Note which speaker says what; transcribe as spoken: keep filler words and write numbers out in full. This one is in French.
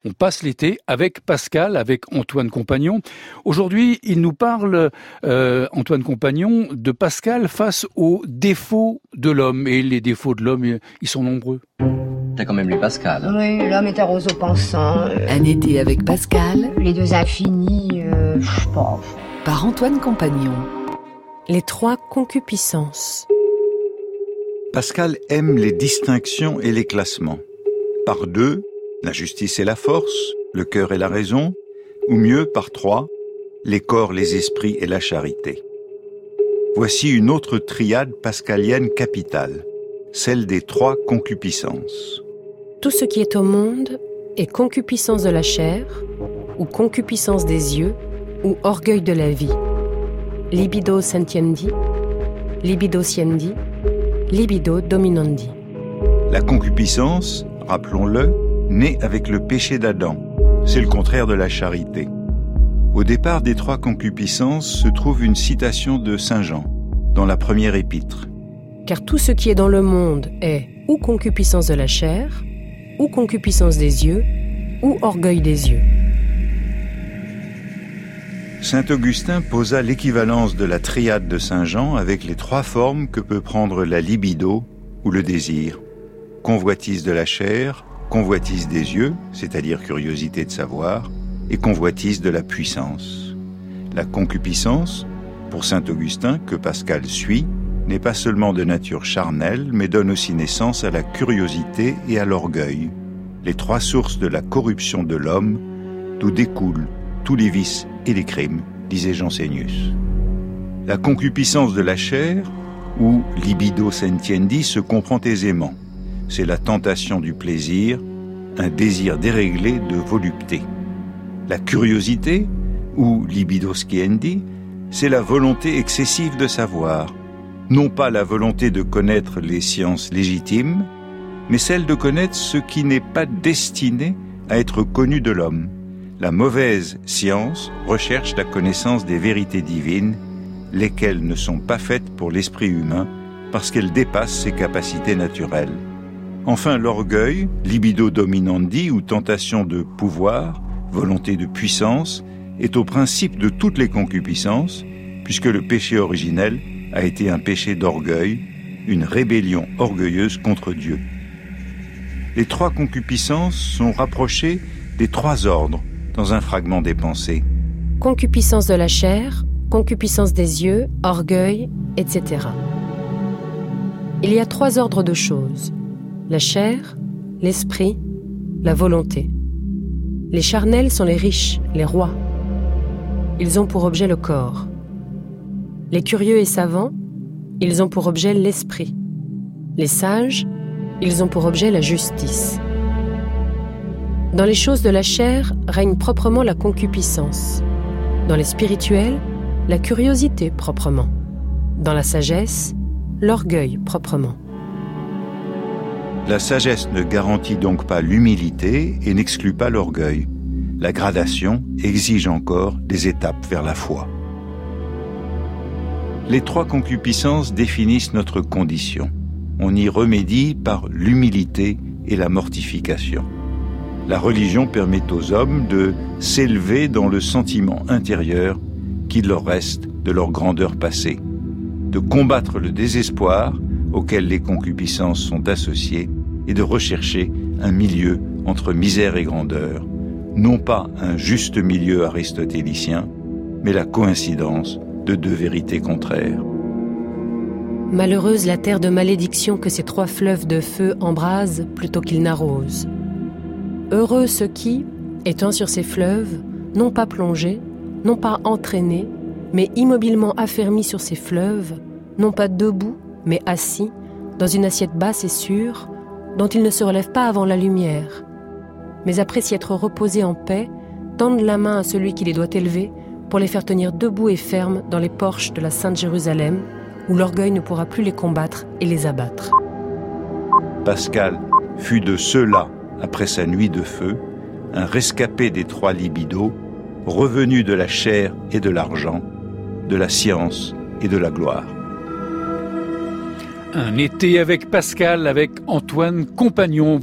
Speaker 1: On passe l'été avec Pascal, avec Antoine Compagnon. Aujourd'hui, il nous parle, euh, Antoine Compagnon, de Pascal face aux défauts de l'homme. Et les défauts de l'homme, ils sont nombreux.
Speaker 2: T'as quand même lu Pascal.
Speaker 3: Oui, l'homme est un roseau pensant. Euh,
Speaker 4: Un été avec Pascal.
Speaker 3: Les deux infinis, euh, je sais pas.
Speaker 4: Par Antoine Compagnon.
Speaker 5: Les trois concupiscences.
Speaker 6: Pascal aime les distinctions et les classements. Par deux, la justice et la force, le cœur et la raison, ou mieux, par trois, les corps, les esprits et la charité. Voici une autre triade pascalienne capitale, celle des trois concupiscences.
Speaker 5: Tout ce qui est au monde est concupiscence de la chair, ou concupiscence des yeux, ou orgueil de la vie. Libido sentiendi, libido siendi, libido dominandi.
Speaker 6: La concupiscence, rappelons-le, naît avec le péché d'Adam. C'est le contraire de la charité. Au départ des trois concupiscences se trouve une citation de Saint Jean, dans la première épître.
Speaker 5: Car tout ce qui est dans le monde est ou concupiscence de la chair, ou concupiscence des yeux, ou orgueil des yeux.
Speaker 6: Saint Augustin posa l'équivalence de la triade de Saint Jean avec les trois formes que peut prendre la libido ou le désir. Convoitise de la chair, convoitise des yeux, c'est-à-dire curiosité de savoir, et convoitise de la puissance. La concupiscence, pour saint Augustin, que Pascal suit, n'est pas seulement de nature charnelle, mais donne aussi naissance à la curiosité et à l'orgueil, les trois sources de la corruption de l'homme, d'où découlent tous les vices et les crimes, disait Jansénius. La concupiscence de la chair, ou libido sentiendi, se comprend aisément. C'est la tentation du plaisir, un désir déréglé de volupté. La curiosité, ou libido sciendi, c'est la volonté excessive de savoir. Non pas la volonté de connaître les sciences légitimes, mais celle de connaître ce qui n'est pas destiné à être connu de l'homme. La mauvaise science recherche la connaissance des vérités divines, lesquelles ne sont pas faites pour l'esprit humain, parce qu'elles dépassent ses capacités naturelles. Enfin, l'orgueil, libido dominandi ou tentation de pouvoir, volonté de puissance, est au principe de toutes les concupiscences, puisque le péché originel a été un péché d'orgueil, une rébellion orgueilleuse contre Dieu. Les trois concupiscences sont rapprochées des trois ordres dans un fragment des Pensées.
Speaker 5: Concupiscence de la chair, concupiscence des yeux, orgueil, et cetera. Il y a trois ordres de choses. La chair, l'esprit, la volonté. Les charnels sont les riches, les rois. Ils ont pour objet le corps. Les curieux et savants, ils ont pour objet l'esprit. Les sages, ils ont pour objet la justice. Dans les choses de la chair règne proprement la concupiscence. Dans les spirituels, la curiosité proprement. Dans la sagesse, l'orgueil proprement.
Speaker 6: La sagesse ne garantit donc pas l'humilité et n'exclut pas l'orgueil. La gradation exige encore des étapes vers la foi. Les trois concupiscences définissent notre condition. On y remédie par l'humilité et la mortification. La religion permet aux hommes de s'élever dans le sentiment intérieur qu'il leur reste de leur grandeur passée, de combattre le désespoir auquel les concupiscences sont associées et de rechercher un milieu entre misère et grandeur, non pas un juste milieu aristotélicien, mais la coïncidence de deux vérités contraires.
Speaker 5: Malheureuse la terre de malédiction que ces trois fleuves de feu embrasent plutôt qu'ils n'arrosent. Heureux ceux qui, étant sur ces fleuves, n'ont pas plongé, n'ont pas entraîné, mais immobilement affermis sur ces fleuves, non pas debout, mais assis, dans une assiette basse et sûre, dont ils ne se relèvent pas avant la lumière, mais après s'y être reposés en paix, tendent la main à celui qui les doit élever pour les faire tenir debout et fermes dans les porches de la Sainte Jérusalem, où l'orgueil ne pourra plus les combattre et les abattre.
Speaker 6: Pascal fut de ceux-là, après sa nuit de feu, un rescapé des trois libidos, revenu de la chair et de l'argent, de la science et de la gloire.
Speaker 1: Un été avec Pascal, avec Antoine Compagnon.